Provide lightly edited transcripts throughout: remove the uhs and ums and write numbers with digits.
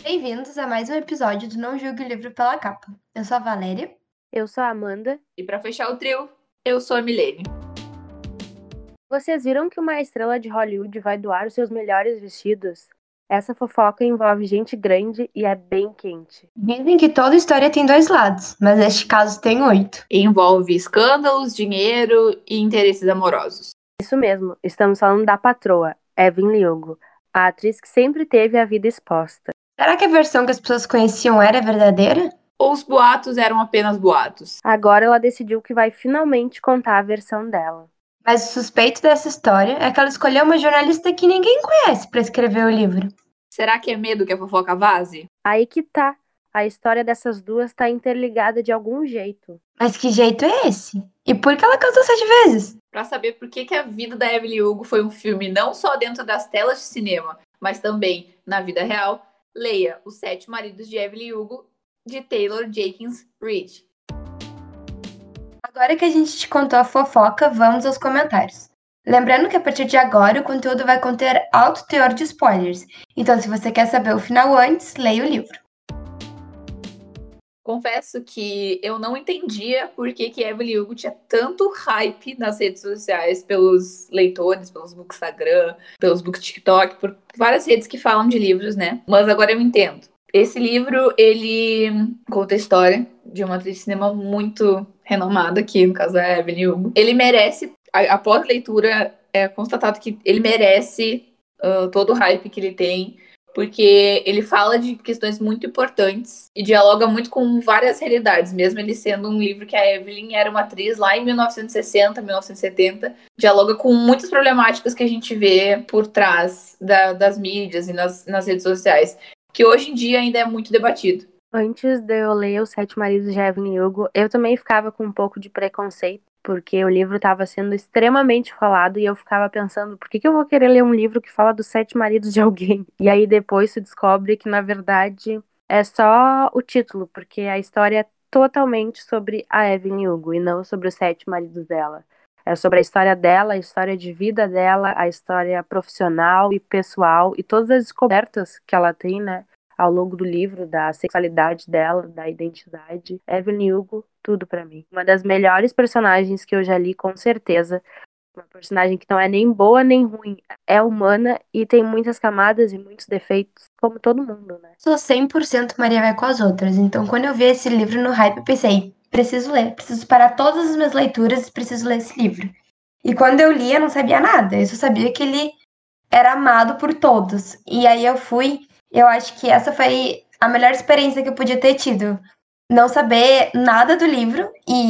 Bem-vindos a mais um episódio do Não Julgue o Livro pela Capa. Eu sou a Valéria. Eu sou a Amanda. E pra fechar o trio, eu sou a Milene. Vocês viram que uma estrela de Hollywood vai doar os seus melhores vestidos? Essa fofoca envolve gente grande e é bem quente. Dizem que toda história tem dois lados, mas neste caso tem 8. Envolve escândalos, dinheiro e interesses amorosos. Isso mesmo, estamos falando da patroa, Evelyn Hugo, a atriz que sempre teve a vida exposta. Será que a versão que as pessoas conheciam era verdadeira? Ou os boatos eram apenas boatos? Agora ela decidiu que vai finalmente contar a versão dela. Mas o suspeito dessa história é que ela escolheu uma jornalista que ninguém conhece para escrever o livro. Será que é medo que a fofoca vaze? Aí que tá, a história dessas duas tá interligada de algum jeito. Mas que jeito é esse? E por que ela casou 7 vezes? Pra saber por que a vida da Evelyn Hugo foi um filme não só dentro das telas de cinema, mas também na vida real, leia Os 7 Maridos de Evelyn Hugo, de Taylor Jenkins Reid. Agora que a gente te contou a fofoca, vamos aos comentários. Lembrando que a partir de agora o conteúdo vai conter alto teor de spoilers, então se você quer saber o final antes, leia o livro. Confesso que eu não entendia por que Evelyn Hugo tinha tanto hype nas redes sociais pelos leitores, pelos Bookstagram, pelos Book TikTok, por várias redes que falam de livros, né? Mas agora eu entendo. Esse livro, ele conta a história de uma atriz de cinema muito renomada, que no caso é a Evelyn Hugo. Ele merece, após a leitura, é constatado que ele merece todo o hype que ele tem, porque ele fala de questões muito importantes e dialoga muito com várias realidades, mesmo ele sendo um livro que a Evelyn era uma atriz lá em 1960, 1970, dialoga com muitas problemáticas que a gente vê por trás das mídias e nas redes sociais, que hoje em dia ainda é muito debatido. Antes de eu ler Os 7 Maridos de Evelyn Hugo, eu também ficava com um pouco de preconceito, porque o livro estava sendo extremamente falado e eu ficava pensando, por que eu vou querer ler um livro que fala dos 7 maridos de alguém? E aí depois se descobre que, na verdade, é só o título, porque a história é totalmente sobre a Evelyn Hugo e não sobre os 7 maridos dela. É sobre a história dela, a história de vida dela, a história profissional e pessoal e todas as descobertas que ela tem, né? Ao longo do livro, da sexualidade dela, da identidade. Evelyn Hugo, tudo pra mim. Uma das melhores personagens que eu já li, com certeza. Uma personagem que não é nem boa nem ruim. É humana e tem muitas camadas e muitos defeitos, como todo mundo, né? Sou 100% Maria vai com as outras, então quando eu vi esse livro no hype, eu pensei, preciso ler, preciso parar todas as minhas leituras e preciso ler esse livro. E quando eu li, eu não sabia nada, eu só sabia que ele era amado por todos. E aí eu acho que essa foi a melhor experiência que eu podia ter tido. Não saber nada do livro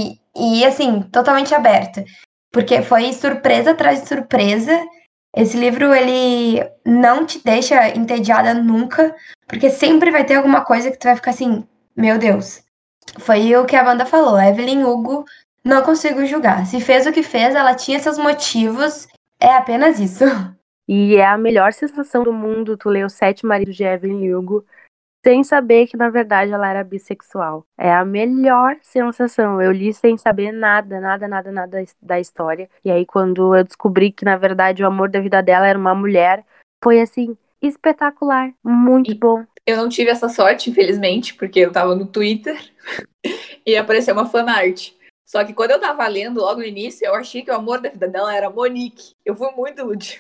e assim, totalmente aberta. Porque foi surpresa atrás de surpresa. Esse livro, ele não te deixa entediada nunca, porque sempre vai ter alguma coisa que tu vai ficar assim, meu Deus. Foi o que a Amanda falou, Evelyn Hugo, não consigo julgar. Se fez o que fez, ela tinha seus motivos, é apenas isso. E é a melhor sensação do mundo tu ler Os 7 Maridos de Evelyn Hugo sem saber que, na verdade, ela era bissexual. É a melhor sensação. Eu li sem saber nada, nada, nada, nada da história. E aí, quando eu descobri que, na verdade, o amor da vida dela era uma mulher, foi, assim, espetacular. Muito bom. Eu não tive essa sorte, infelizmente, porque eu tava no Twitter e apareceu uma fanart. Só que quando eu tava lendo logo no início, eu achei que o amor da vida dela era a Monique. Eu fui muito iludida.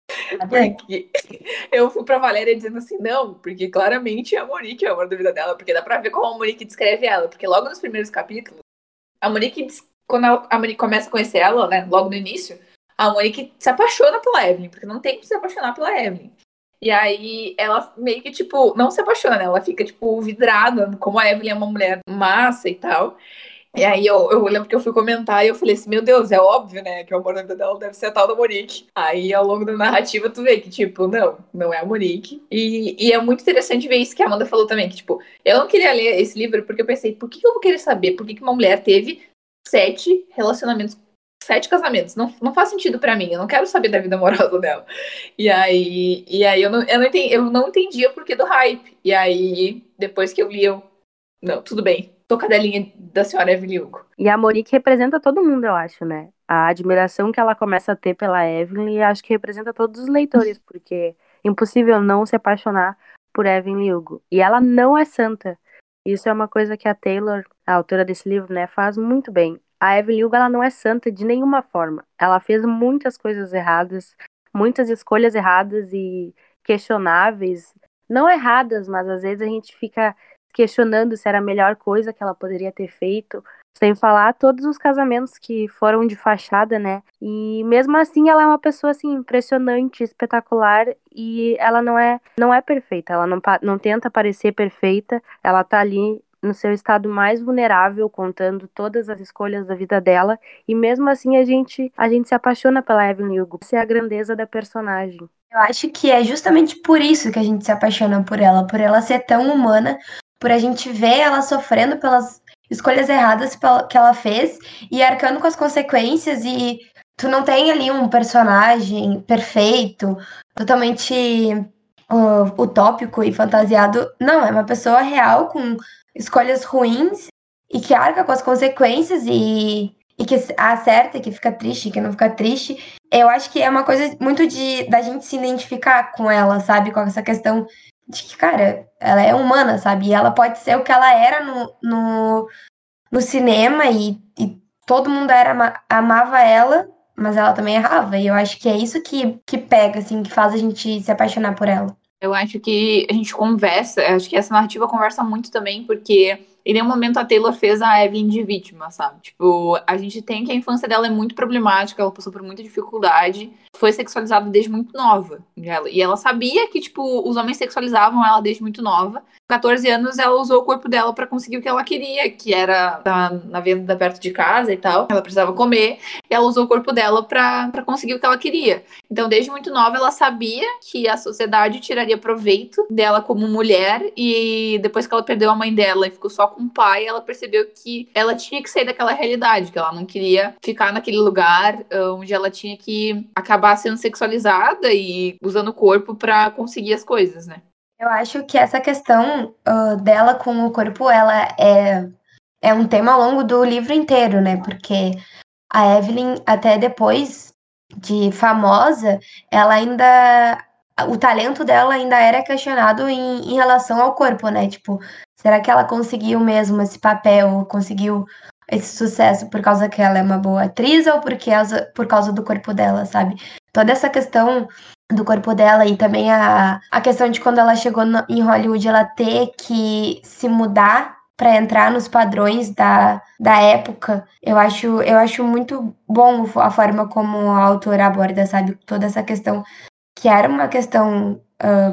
Porque eu fui pra Valéria dizendo assim, não, porque claramente a Monique é o amor da vida dela, porque dá pra ver como a Monique descreve ela, porque logo nos primeiros capítulos, a Monique, quando a Monique começa a conhecer ela, né, logo no início, a Monique se apaixona pela Evelyn, porque não tem como se apaixonar pela Evelyn. E aí ela meio que, tipo, não se apaixona, ela fica, tipo, vidrada, como a Evelyn é uma mulher massa e tal. E aí eu lembro que eu fui comentar e eu falei assim, meu Deus, é óbvio, né, que o amor da vida dela deve ser a tal da Monique. Aí ao longo da narrativa tu vê que, tipo, não é a Monique. E é muito interessante ver isso que a Amanda falou também, que, tipo, eu não queria ler esse livro porque eu pensei, por que eu vou querer saber por que uma mulher teve 7 relacionamentos, 7 casamentos? Não faz sentido pra mim, eu não quero saber da vida amorosa dela. E aí eu não entendia o porquê do hype. E aí, depois que eu li, não, tudo bem. Tô cadelinha da senhora Evelyn Hugo. E a Monique representa todo mundo, eu acho, né? A admiração que ela começa a ter pela Evelyn, acho que representa todos os leitores, porque é impossível não se apaixonar por Evelyn Hugo. E ela não é santa. Isso é uma coisa que a Taylor, a autora desse livro, né, faz muito bem. A Evelyn Hugo, ela não é santa de nenhuma forma. Ela fez muitas coisas erradas, muitas escolhas erradas e questionáveis. Não erradas, mas às vezes a gente fica questionando se era a melhor coisa que ela poderia ter feito. Sem falar todos os casamentos que foram de fachada, né? E mesmo assim ela é uma pessoa assim impressionante, espetacular, e ela não é perfeita, ela não tenta parecer perfeita, ela tá ali no seu estado mais vulnerável, contando todas as escolhas da vida dela, e mesmo assim a gente se apaixona pela Evelyn Hugo. Essa é a grandeza da personagem. Eu acho que é justamente por isso que a gente se apaixona por ela ser tão humana, por a gente ver ela sofrendo pelas escolhas erradas que ela fez e arcando com as consequências, e tu não tem ali um personagem perfeito, totalmente utópico e fantasiado. Não, é uma pessoa real com escolhas ruins e que arca com as consequências e que acerta, que fica triste, que não fica triste. Eu acho que é uma coisa muito da gente se identificar com ela, sabe? Com essa questão de que, cara, ela é humana, sabe? E ela pode ser o que ela era no cinema e todo mundo amava ela, mas ela também errava. E eu acho que é isso que pega, assim, que faz a gente se apaixonar por ela. Eu acho que a gente conversa, acho que essa narrativa conversa muito também, porque em nenhum momento a Taylor fez a Evelyn de vítima, sabe? Tipo, a gente tem que a infância dela é muito problemática, ela passou por muita dificuldade, foi sexualizada desde muito nova. E ela sabia que, tipo, os homens sexualizavam ela desde muito nova. Com 14 anos, ela usou o corpo dela pra conseguir o que ela queria, que era na venda perto de casa e tal. Ela precisava comer, e ela usou o corpo dela pra conseguir o que ela queria. Então, desde muito nova, ela sabia que a sociedade tiraria proveito dela como mulher, e depois que ela perdeu a mãe dela e ficou só com o pai, ela percebeu que ela tinha que sair daquela realidade, que ela não queria ficar naquele lugar onde ela tinha que acabar sendo sexualizada e usando o corpo pra conseguir as coisas, né? Eu acho que essa questão dela com o corpo, ela é um tema ao longo do livro inteiro, né? Porque a Evelyn, até depois de famosa, ela ainda... O talento dela ainda era questionado em relação ao corpo, né? Tipo, será que ela conseguiu mesmo esse papel, conseguiu esse sucesso por causa que ela é uma boa atriz ou por causa do corpo dela, sabe? Toda essa questão do corpo dela e também a questão de quando ela chegou em Hollywood, ela ter que se mudar para entrar nos padrões da época, eu acho muito bom a forma como a autora aborda, sabe? Toda essa questão, que era uma questão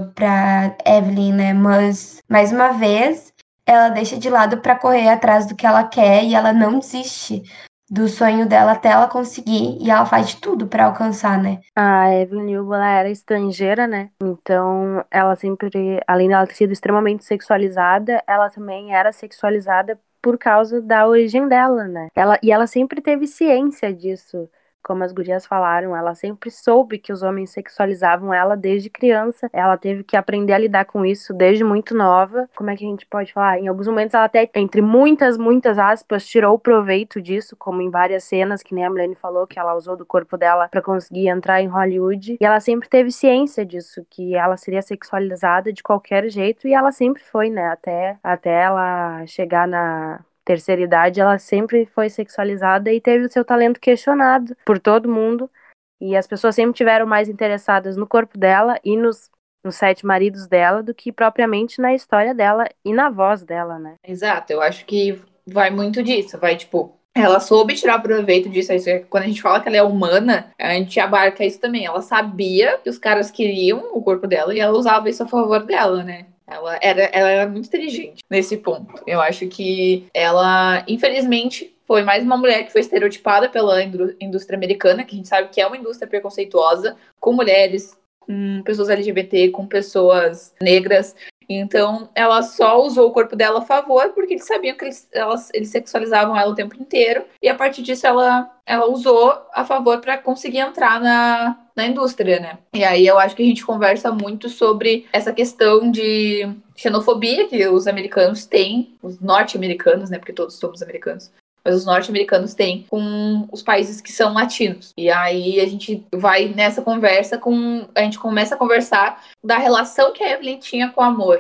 para Evelyn, né? Mas, mais uma vez, ela deixa de lado para correr atrás do que ela quer e ela não desiste do sonho dela até ela conseguir, e ela faz de tudo para alcançar, né? A Evelyn Hugo, ela era estrangeira, né? Então, ela sempre, além dela ter sido extremamente sexualizada, ela também era sexualizada por causa da origem dela, né? Ela sempre teve ciência disso. Como as gurias falaram, ela sempre soube que os homens sexualizavam ela desde criança. Ela teve que aprender a lidar com isso desde muito nova. Como é que a gente pode falar? Em alguns momentos ela até, entre muitas, muitas aspas, tirou proveito disso, como em várias cenas, que nem a Milene falou, que ela usou do corpo dela pra conseguir entrar em Hollywood. E ela sempre teve ciência disso, que ela seria sexualizada de qualquer jeito, e ela sempre foi, né? Até ela chegar na terceira idade, ela sempre foi sexualizada e teve o seu talento questionado por todo mundo. E as pessoas sempre tiveram mais interessadas no corpo dela e nos 7 maridos dela do que propriamente na história dela e na voz dela, né? Exato, eu acho que vai muito disso, vai tipo... Ela soube tirar proveito disso. Quando a gente fala que ela é humana, a gente abarca isso também. Ela sabia que os caras queriam o corpo dela e ela usava isso a favor dela, né? Ela era muito inteligente nesse ponto. Eu acho que ela, infelizmente, foi mais uma mulher que foi estereotipada pela indústria americana, que a gente sabe que é uma indústria preconceituosa, com mulheres, com pessoas LGBT, com pessoas negras. Então, ela só usou o corpo dela a favor, porque eles sabiam que eles sexualizavam ela o tempo inteiro. E a partir disso, ela usou a favor para conseguir entrar na indústria, né? E aí eu acho que a gente conversa muito sobre essa questão de xenofobia que os americanos têm, os norte-americanos, né? Porque todos somos americanos. mas os norte-americanos têm com os países que são latinos. E aí a gente vai nessa conversa a gente começa a conversar da relação que a Evelyn tinha com o amor.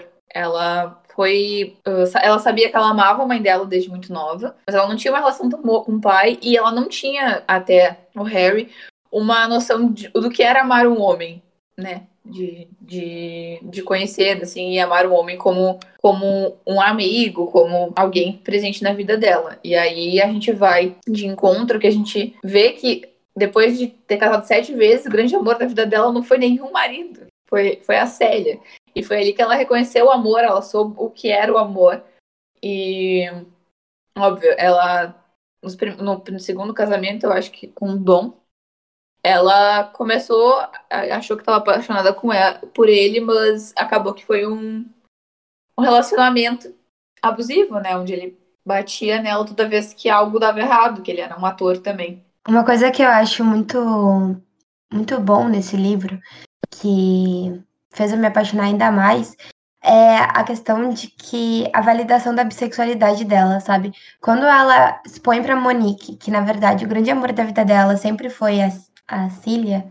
Ela sabia que ela amava a mãe dela desde muito nova, mas ela não tinha uma relação tão boa com o pai, e ela não tinha, até o Harry, uma noção do que era amar um homem, né? De conhecer, assim, e amar um homem como um amigo, como alguém presente na vida dela. E aí a gente vai de encontro, que a gente vê que depois de ter casado 7 vezes, o grande amor da vida dela não foi nenhum marido, foi a Célia. E foi ali que ela reconheceu o amor, ela soube o que era o amor. E, óbvio, ela, no segundo casamento, eu acho que com o Dom, ela achou que estava apaixonada por ele, mas acabou que foi um relacionamento abusivo, né? Onde ele batia nela toda vez que algo dava errado, que ele era um ator também. Uma coisa que eu acho muito, muito bom nesse livro, que fez eu me apaixonar ainda mais, é a questão de que a validação da bissexualidade dela, sabe? Quando ela expõe pra Monique que, na verdade, o grande amor da vida dela sempre foi a Cília,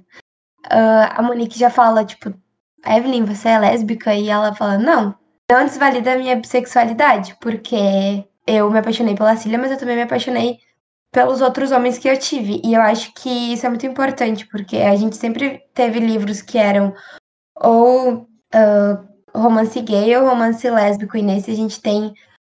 a Monique já fala, tipo, Evelyn, você é lésbica? E ela fala, não desvalida a minha bissexualidade, porque eu me apaixonei pela Cília, mas eu também me apaixonei pelos outros homens que eu tive. E eu acho que isso é muito importante, porque a gente sempre teve livros que eram ou romance gay ou romance lésbico, e nesse a gente tem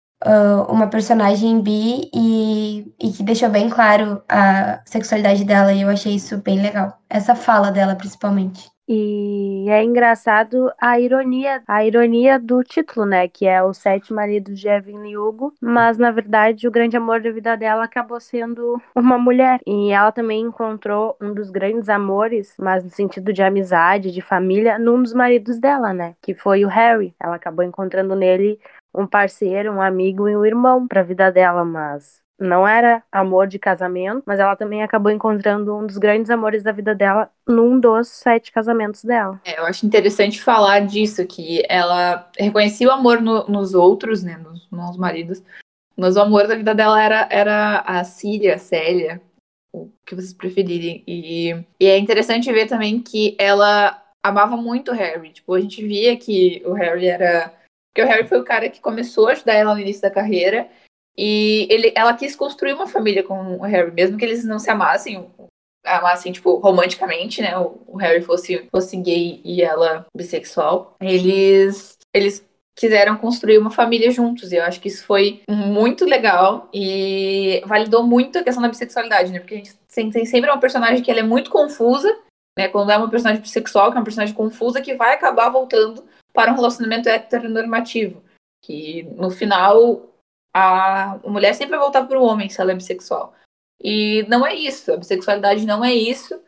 uma personagem bi e que deixou bem claro a sexualidade dela, e eu achei isso bem legal. Essa fala dela, principalmente. E é engraçado a ironia do título, né? Que é Os Sete Maridos de Evelyn Hugo, mas na verdade o grande amor da vida dela acabou sendo uma mulher. E ela também encontrou um dos grandes amores, mas no sentido de amizade, de família, num dos maridos dela, né? Que foi o Harry. Ela acabou encontrando nele um parceiro, um amigo e um irmão pra vida dela, mas não era amor de casamento, mas ela também acabou encontrando um dos grandes amores da vida dela num dos 7 casamentos dela. Eu acho interessante falar disso, que ela reconhecia o amor nos outros, né, nos maridos, mas o amor da vida dela era a Cília, a Célia, o que vocês preferirem. E é interessante ver também que ela amava muito o Harry. Tipo, a gente via que o Harry era... Porque o Harry foi o cara que começou a ajudar ela no início da carreira, e ela quis construir uma família com o Harry, mesmo que eles não se amassem, tipo, romanticamente, né? O Harry fosse gay e ela bissexual. Eles quiseram construir uma família juntos, e eu acho que isso foi muito legal e validou muito a questão da bissexualidade, né? Porque a gente tem sempre uma personagem que ela é muito confusa, né? Quando é uma personagem bissexual, que é uma personagem confusa, que vai acabar voltando para um relacionamento heteronormativo. Que no final a mulher sempre vai voltar para o homem se ela é bissexual. E não é isso, a bissexualidade não é isso,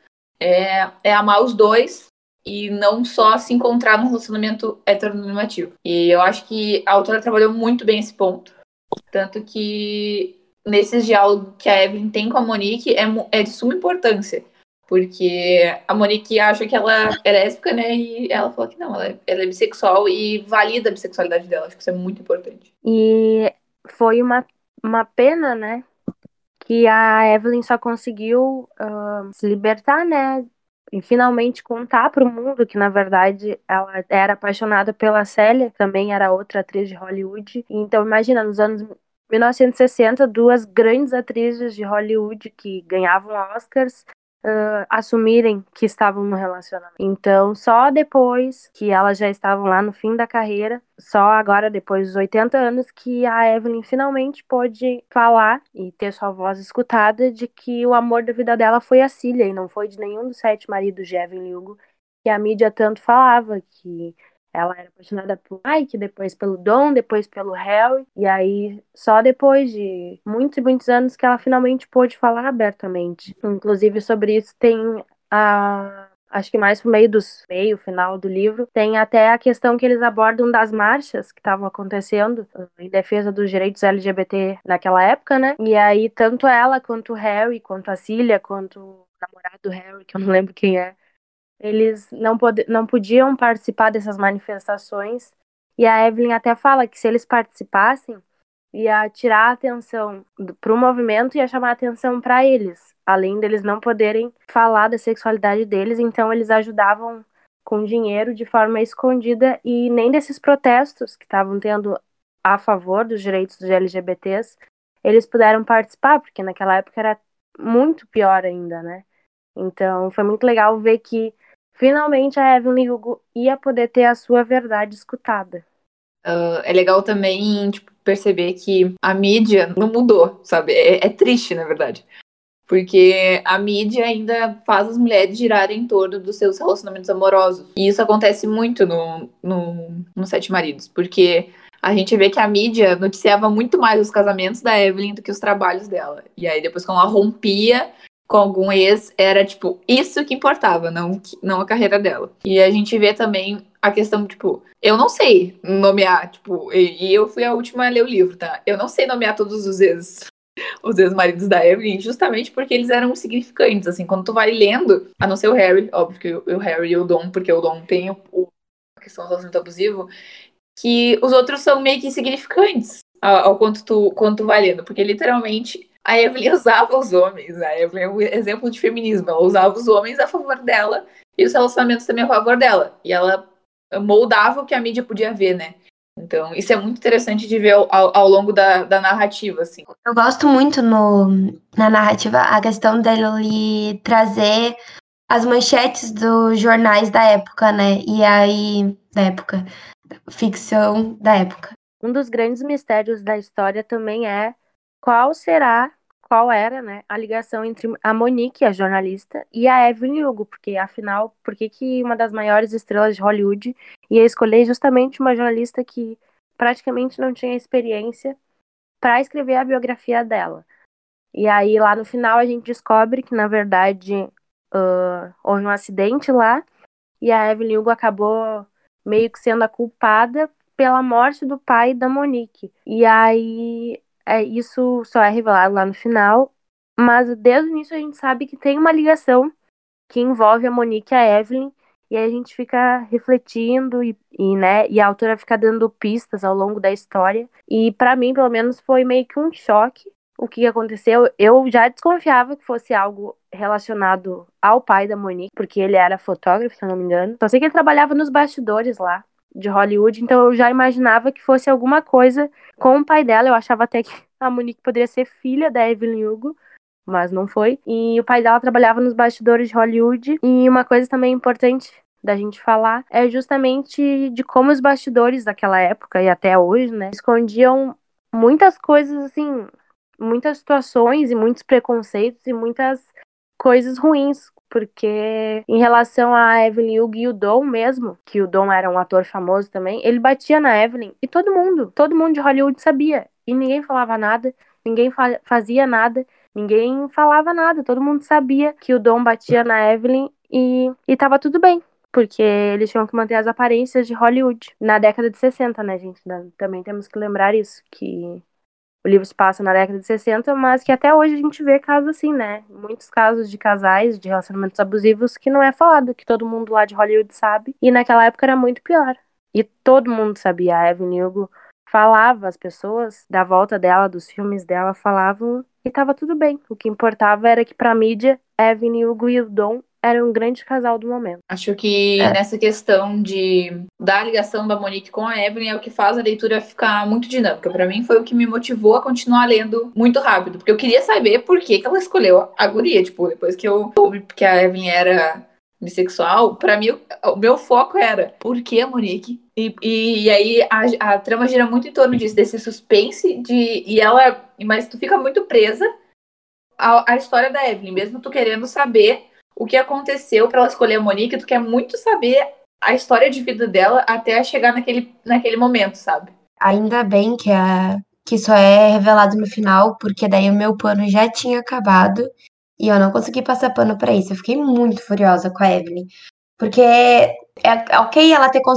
é amar os dois e não só se encontrar num relacionamento heteronormativo. E eu acho que a autora trabalhou muito bem esse ponto. Tanto que nesses diálogos que a Evelyn tem com a Monique é de suma importância. Porque a Monique acha que ela é lésbica, né? E ela fala que não, ela é bissexual e valida a bissexualidade dela. Acho que isso é muito importante. E foi uma pena, né? Que a Evelyn só conseguiu se libertar, né? E finalmente contar para o mundo que, na verdade, ela era apaixonada pela Célia, também era outra atriz de Hollywood. Então, imagina, nos anos 1960, duas grandes atrizes de Hollywood que ganhavam Oscars assumirem que estavam no relacionamento. Então, só depois que elas já estavam lá no fim da carreira, só agora, depois dos 80 anos, que a Evelyn finalmente pôde falar e ter sua voz escutada de que o amor da vida dela foi a Cília e não foi de nenhum dos 7 maridos de Evelyn Hugo, que a mídia tanto falava, que ela era apaixonada por Mike, depois pelo Dom, depois pelo Harry. E aí, só depois de muitos e muitos anos que ela finalmente pôde falar abertamente. Inclusive, sobre isso tem acho que mais pro meio final do livro, tem até a questão que eles abordam das marchas que estavam acontecendo em defesa dos direitos LGBT naquela época, né? E aí, tanto ela, quanto o Harry, quanto a Cília, quanto o namorado do Harry, que eu não lembro quem é, eles não podiam participar dessas manifestações. E a Evelyn até fala que se eles participassem, ia tirar a atenção pro movimento e ia chamar a atenção para eles, além deles não poderem falar da sexualidade deles, então eles ajudavam com dinheiro de forma escondida e nem desses protestos que estavam tendo a favor dos direitos dos LGBTs, eles puderam participar, porque naquela época era muito pior ainda, né? Então foi muito legal ver que finalmente a Evelyn Hugo ia poder ter a sua verdade escutada. É legal também, tipo, perceber que a mídia não mudou, sabe? É triste, na verdade. Porque a mídia ainda faz as mulheres girarem em torno dos seus relacionamentos amorosos. E isso acontece muito no Sete Maridos. Porque a gente vê que a mídia noticiava muito mais os casamentos da Evelyn do que os trabalhos dela. E aí, depois, quando ela rompia com algum ex, era, tipo, isso que importava, não a carreira dela. E a gente vê também a questão, tipo, eu não sei nomear, tipo, e eu fui a última a ler o livro, tá? Eu não sei nomear todos os ex-maridos da Evelyn, justamente porque eles eram significantes, assim, quando tu vai lendo, a não ser o Harry, óbvio que o Harry e o Dom, porque o Dom tem a questão do relacionamento abusivo, que os outros são meio que insignificantes ao quanto tu vai lendo, porque literalmente a Evelyn usava os homens, a Evelyn é um exemplo de feminismo, ela usava os homens a favor dela e os relacionamentos também a favor dela, e ela moldava o que a mídia podia ver, né? Então, isso é muito interessante de ver ao longo da narrativa, assim. Eu gosto muito na narrativa a questão dele trazer as manchetes dos jornais da época, né? E aí, da época, ficção da época. Um dos grandes mistérios da história também é qual era, né, a ligação entre a Monique, a jornalista, e a Evelyn Hugo, porque afinal, por que uma das maiores estrelas de Hollywood ia escolher justamente uma jornalista que praticamente não tinha experiência para escrever a biografia dela? E aí lá no final a gente descobre que na verdade houve um acidente lá e a Evelyn Hugo acabou meio que sendo a culpada pela morte do pai da Monique. E aí isso só é revelado lá no final, mas desde o início a gente sabe que tem uma ligação que envolve a Monique e a Evelyn, e aí a gente fica refletindo né, e a autora fica dando pistas ao longo da história. E para mim, pelo menos, foi meio que um choque o que aconteceu. Eu já desconfiava que fosse algo relacionado ao pai da Monique, porque ele era fotógrafo, se eu não me engano. Só sei que ele trabalhava nos bastidores lá de Hollywood, então eu já imaginava que fosse alguma coisa com o pai dela. Eu achava até que a Monique poderia ser filha da Evelyn Hugo, mas não foi. E o pai dela trabalhava nos bastidores de Hollywood. E uma coisa também importante da gente falar é justamente de como os bastidores daquela época e até hoje, né, escondiam muitas coisas, assim, muitas situações e muitos preconceitos e muitas coisas ruins, porque em relação a Evelyn Hugo e o Dom mesmo, que o Dom era um ator famoso também, ele batia na Evelyn e todo mundo de Hollywood sabia, e ninguém falava nada, ninguém fazia nada, ninguém falava nada, todo mundo sabia que o Dom batia na Evelyn e tava tudo bem. Porque eles tinham que manter as aparências de Hollywood. Na década de 60, né, gente? Também temos que lembrar isso, que o livro se passa na década de 60, mas que até hoje a gente vê casos assim, né? Muitos casos de casais, de relacionamentos abusivos que não é falado, que todo mundo lá de Hollywood sabe. E naquela época era muito pior. E todo mundo sabia. A Evelyn Hugo falava, as pessoas da volta dela, dos filmes dela, falavam e tava tudo bem. O que importava era que pra mídia, Evelyn Hugo e o Dom eram um grande casal do momento. Acho que nessa questão da ligação da Monique com a Evelyn é o que faz a leitura ficar muito dinâmica. Pra mim foi o que me motivou a continuar lendo muito rápido, porque eu queria saber por que ela escolheu a guria. Tipo, depois que eu soube que a Evelyn era bissexual, pra mim o meu foco era por que a Monique? E aí a trama gira muito em torno disso, desse suspense mas tu fica muito presa à história da Evelyn, mesmo tu querendo saber o que aconteceu para ela escolher a Monique, tu quer muito saber a história de vida dela até chegar naquele momento, sabe? Ainda bem que só é revelado no final, porque daí o meu pano já tinha acabado e eu não consegui passar pano pra isso. Eu fiquei muito furiosa com a Evelyn. Porque é ok ela ter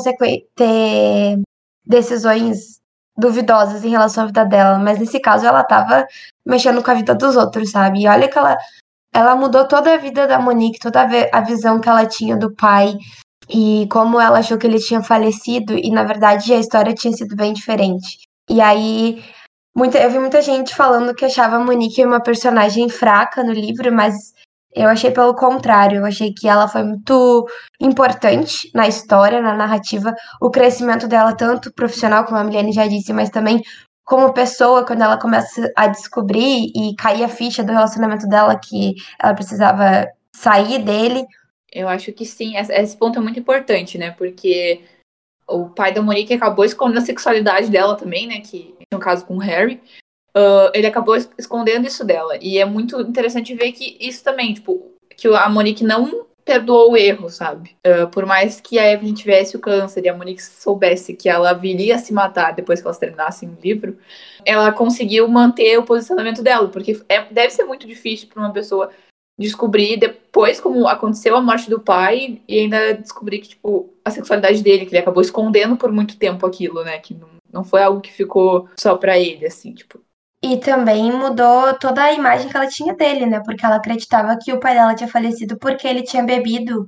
decisões duvidosas em relação à vida dela, mas nesse caso ela tava mexendo com a vida dos outros, sabe? E olha que ela mudou toda a vida da Monique, toda a visão que ela tinha do pai e como ela achou que ele tinha falecido e na verdade a história tinha sido bem diferente. E aí Eu vi muita gente falando que achava a Monique uma personagem fraca no livro, mas eu achei pelo contrário. Eu achei que ela foi muito importante na história, na narrativa. O crescimento dela, tanto profissional, como a Milene já disse, mas também como pessoa, quando ela começa a descobrir e cair a ficha do relacionamento dela, que ela precisava sair dele. Eu acho que sim, esse ponto é muito importante, né? Porque o pai da Monique acabou escondendo a sexualidade dela também, né? Que no caso com o Harry. Ele acabou escondendo isso dela. E é muito interessante ver que isso também, tipo, que a Monique não perdoou o erro, sabe? Por mais que a Evelyn tivesse o câncer e a Monique soubesse que ela viria a se matar depois que elas terminassem o livro, ela conseguiu manter o posicionamento dela, porque deve ser muito difícil para uma pessoa descobrir depois como aconteceu a morte do pai e ainda descobrir que, tipo, a sexualidade dele, que ele acabou escondendo por muito tempo aquilo, né? Que não foi algo que ficou só pra ele, assim, tipo. E também mudou toda a imagem que ela tinha dele, né? Porque ela acreditava que o pai dela tinha falecido porque ele tinha bebido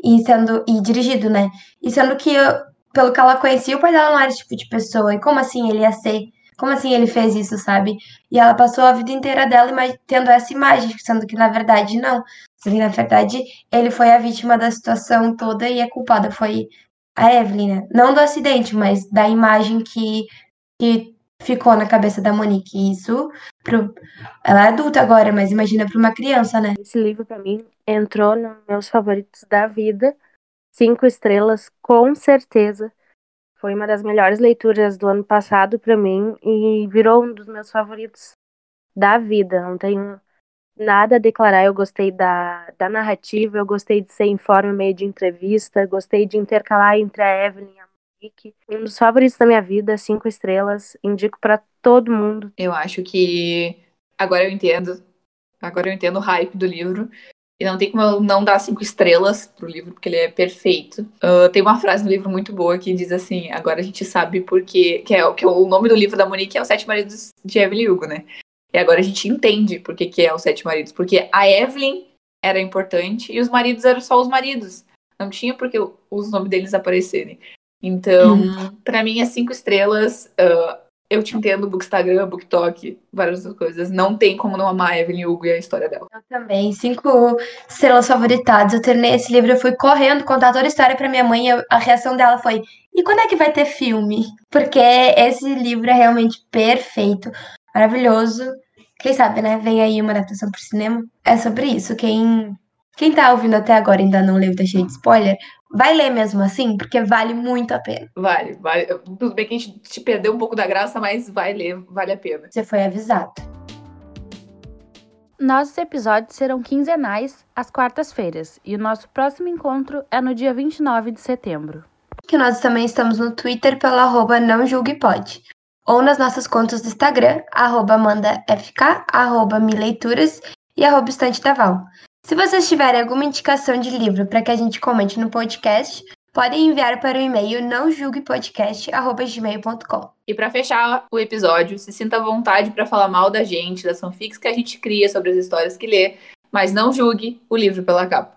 e dirigido, né? E sendo que, pelo que ela conhecia, o pai dela não era esse tipo de pessoa. E como assim ele ia ser? Como assim ele fez isso, sabe? E ela passou a vida inteira dela tendo essa imagem, sendo que na verdade não. Sendo que na verdade ele foi a vítima da situação toda e a culpada foi a Evelyn, né? Não do acidente, mas da imagem que ficou na cabeça da Monique. Isso, ela é adulta agora, mas imagina para uma criança, né? Esse livro, pra mim, entrou nos meus favoritos da vida. 5 estrelas, com certeza. Foi uma das melhores leituras do ano passado pra mim e virou um dos meus favoritos da vida. Não tenho nada a declarar. Eu gostei da narrativa, eu gostei de ser em forma meio de entrevista, gostei de intercalar entre a Evelyn e a Monique. Um dos favoritos da minha vida, 5 estrelas. Indico pra todo mundo. Eu acho que agora eu entendo. Agora eu entendo o hype do livro. E não tem como eu não dar 5 estrelas pro livro, porque ele é perfeito. Tem uma frase no livro muito boa que diz assim: agora a gente sabe porque. Que é o nome do livro da Monique é Os Sete Maridos de Evelyn Hugo, né? E agora a gente entende por que é Os Sete Maridos. Porque a Evelyn era importante e os maridos eram só os maridos. Não tinha por que os nomes deles aparecerem. Então, pra mim é 5 estrelas. Eu te entendo, Bookstagram, BookTok, várias outras coisas. Não tem como não amar a Evelyn Hugo e a história dela. Eu também, 5 estrelas favoritadas. Eu terminei esse livro, eu fui correndo contar toda a história pra minha mãe e a reação dela foi: e quando é que vai ter filme? Porque esse livro é realmente perfeito, maravilhoso. Quem sabe, né? Vem aí uma adaptação pro cinema. É sobre isso. Quem tá ouvindo até agora e ainda não leu e tá cheio de spoiler, vai ler mesmo assim, porque vale muito a pena. Vale. Tudo bem que a gente te perdeu um pouco da graça, mas vai ler, vale a pena. Você foi avisado. Nossos episódios serão quinzenais, às quartas-feiras, e o nosso próximo encontro é no dia 29 de setembro. Que nós também estamos no Twitter pelo @nãojulguepod, ou nas nossas contas do Instagram, @AmandaFK, @mileituras e @estantedaval. Se vocês tiverem alguma indicação de livro para que a gente comente no podcast, podem enviar para o e-mail nãojulguepodcast@gmail.com. E pra fechar o episódio, se sinta à vontade pra falar mal da gente, das fanfics que a gente cria sobre as histórias que lê, mas não julgue o livro pela capa.